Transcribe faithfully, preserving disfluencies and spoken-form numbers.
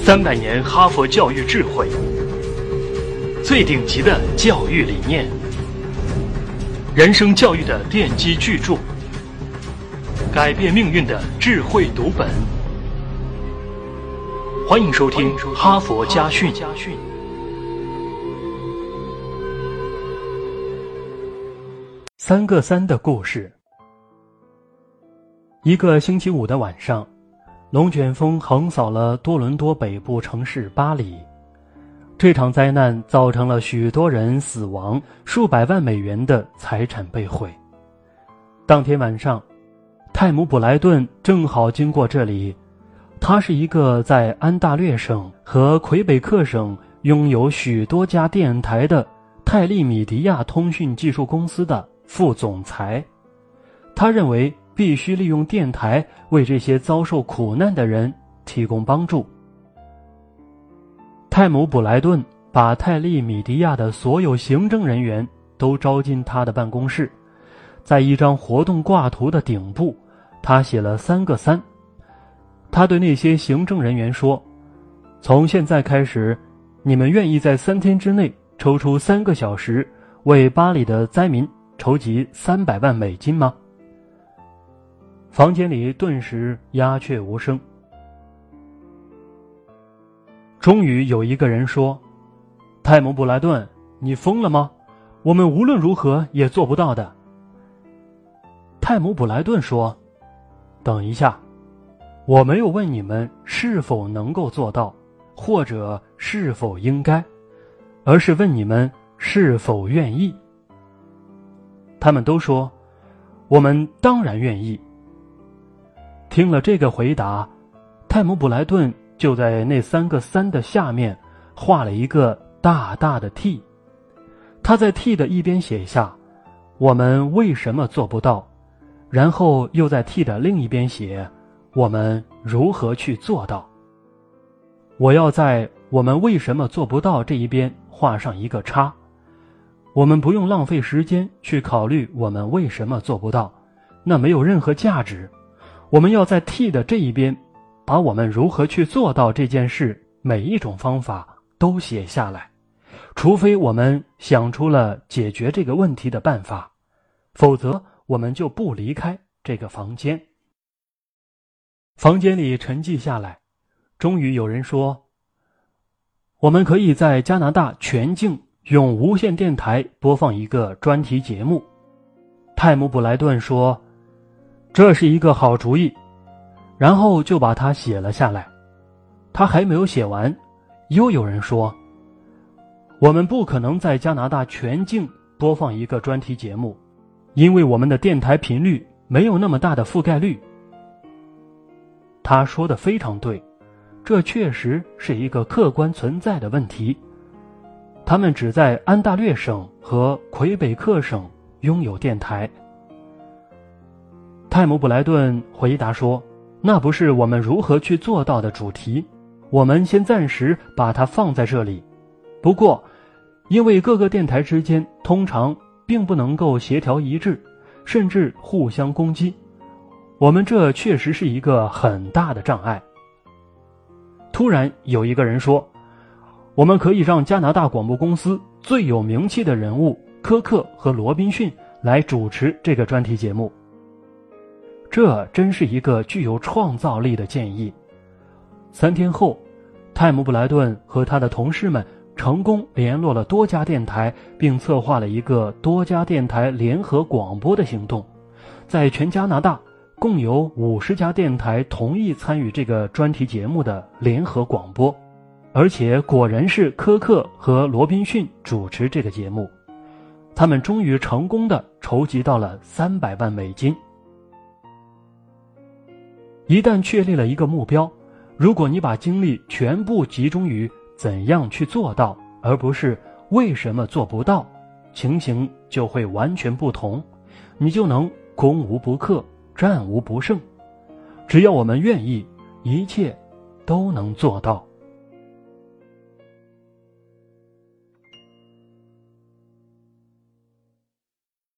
三百年哈佛教育智慧，最顶级的教育理念，人生教育的奠基巨著，改变命运的智慧读本。欢迎收听《哈佛家训》。三个三的故事。一个星期五的晚上，龙卷风横扫了多伦多北部城市巴黎。这场灾难造成了许多人死亡，数百万美元的财产被毁。当天晚上，泰姆·布莱顿正好经过这里。他是一个在安大略省和魁北克省拥有许多家电台的泰利米迪亚通讯技术公司的副总裁。他认为必须利用电台为这些遭受苦难的人提供帮助。泰姆·布莱顿把泰利米迪亚的所有行政人员都招进他的办公室，在一张活动挂图的顶部，他写了三个三。他对那些行政人员说，从现在开始，你们愿意在三天之内抽出三个小时为巴黎的灾民筹集三百万美金吗？房间里顿时鸦雀无声。终于有一个人说，泰姆·布莱顿，你疯了吗？我们无论如何也做不到的。泰姆·布莱顿说，等一下，我没有问你们是否能够做到，或者是否应该，而是问你们是否愿意。他们都说，我们当然愿意。听了这个回答，泰姆·布莱顿就在那三个三的下面画了一个大大的 T。他在 T 的一边写下，我们为什么做不到，然后又在 T 的另一边写，我们如何去做到。我要在我们为什么做不到这一边画上一个叉。我们不用浪费时间去考虑我们为什么做不到，那没有任何价值。我们要在 T 的这一边把我们如何去做到这件事每一种方法都写下来，除非我们想出了解决这个问题的办法，否则我们就不离开这个房间。房间里沉寂下来，终于有人说，我们可以在加拿大全境用无线电台播放一个专题节目。泰姆·布莱顿说，这是一个好主意，然后就把它写了下来。他还没有写完，又有人说，我们不可能在加拿大全境播放一个专题节目，因为我们的电台频率没有那么大的覆盖率。他说的非常对，这确实是一个客观存在的问题。他们只在安大略省和魁北克省拥有电台。泰姆·布莱顿回答说，那不是我们如何去做到的主题，我们先暂时把它放在这里。不过，因为各个电台之间通常并不能够协调一致，甚至互相攻击，我们这确实是一个很大的障碍。突然有一个人说，我们可以让加拿大广播公司最有名气的人物科克和罗宾逊来主持这个专题节目。这真是一个具有创造力的建议。三天后，泰姆·布莱顿和他的同事们成功联络了多家电台，并策划了一个多家电台联合广播的行动。在全加拿大共有五十家电台同意参与这个专题节目的联合广播，而且果然是科克和罗宾逊主持这个节目。他们终于成功地筹集到了三百万美金。一旦确立了一个目标，如果你把精力全部集中于怎样去做到，而不是为什么做不到，情形就会完全不同，你就能攻无不克，战无不胜。只要我们愿意，一切都能做到。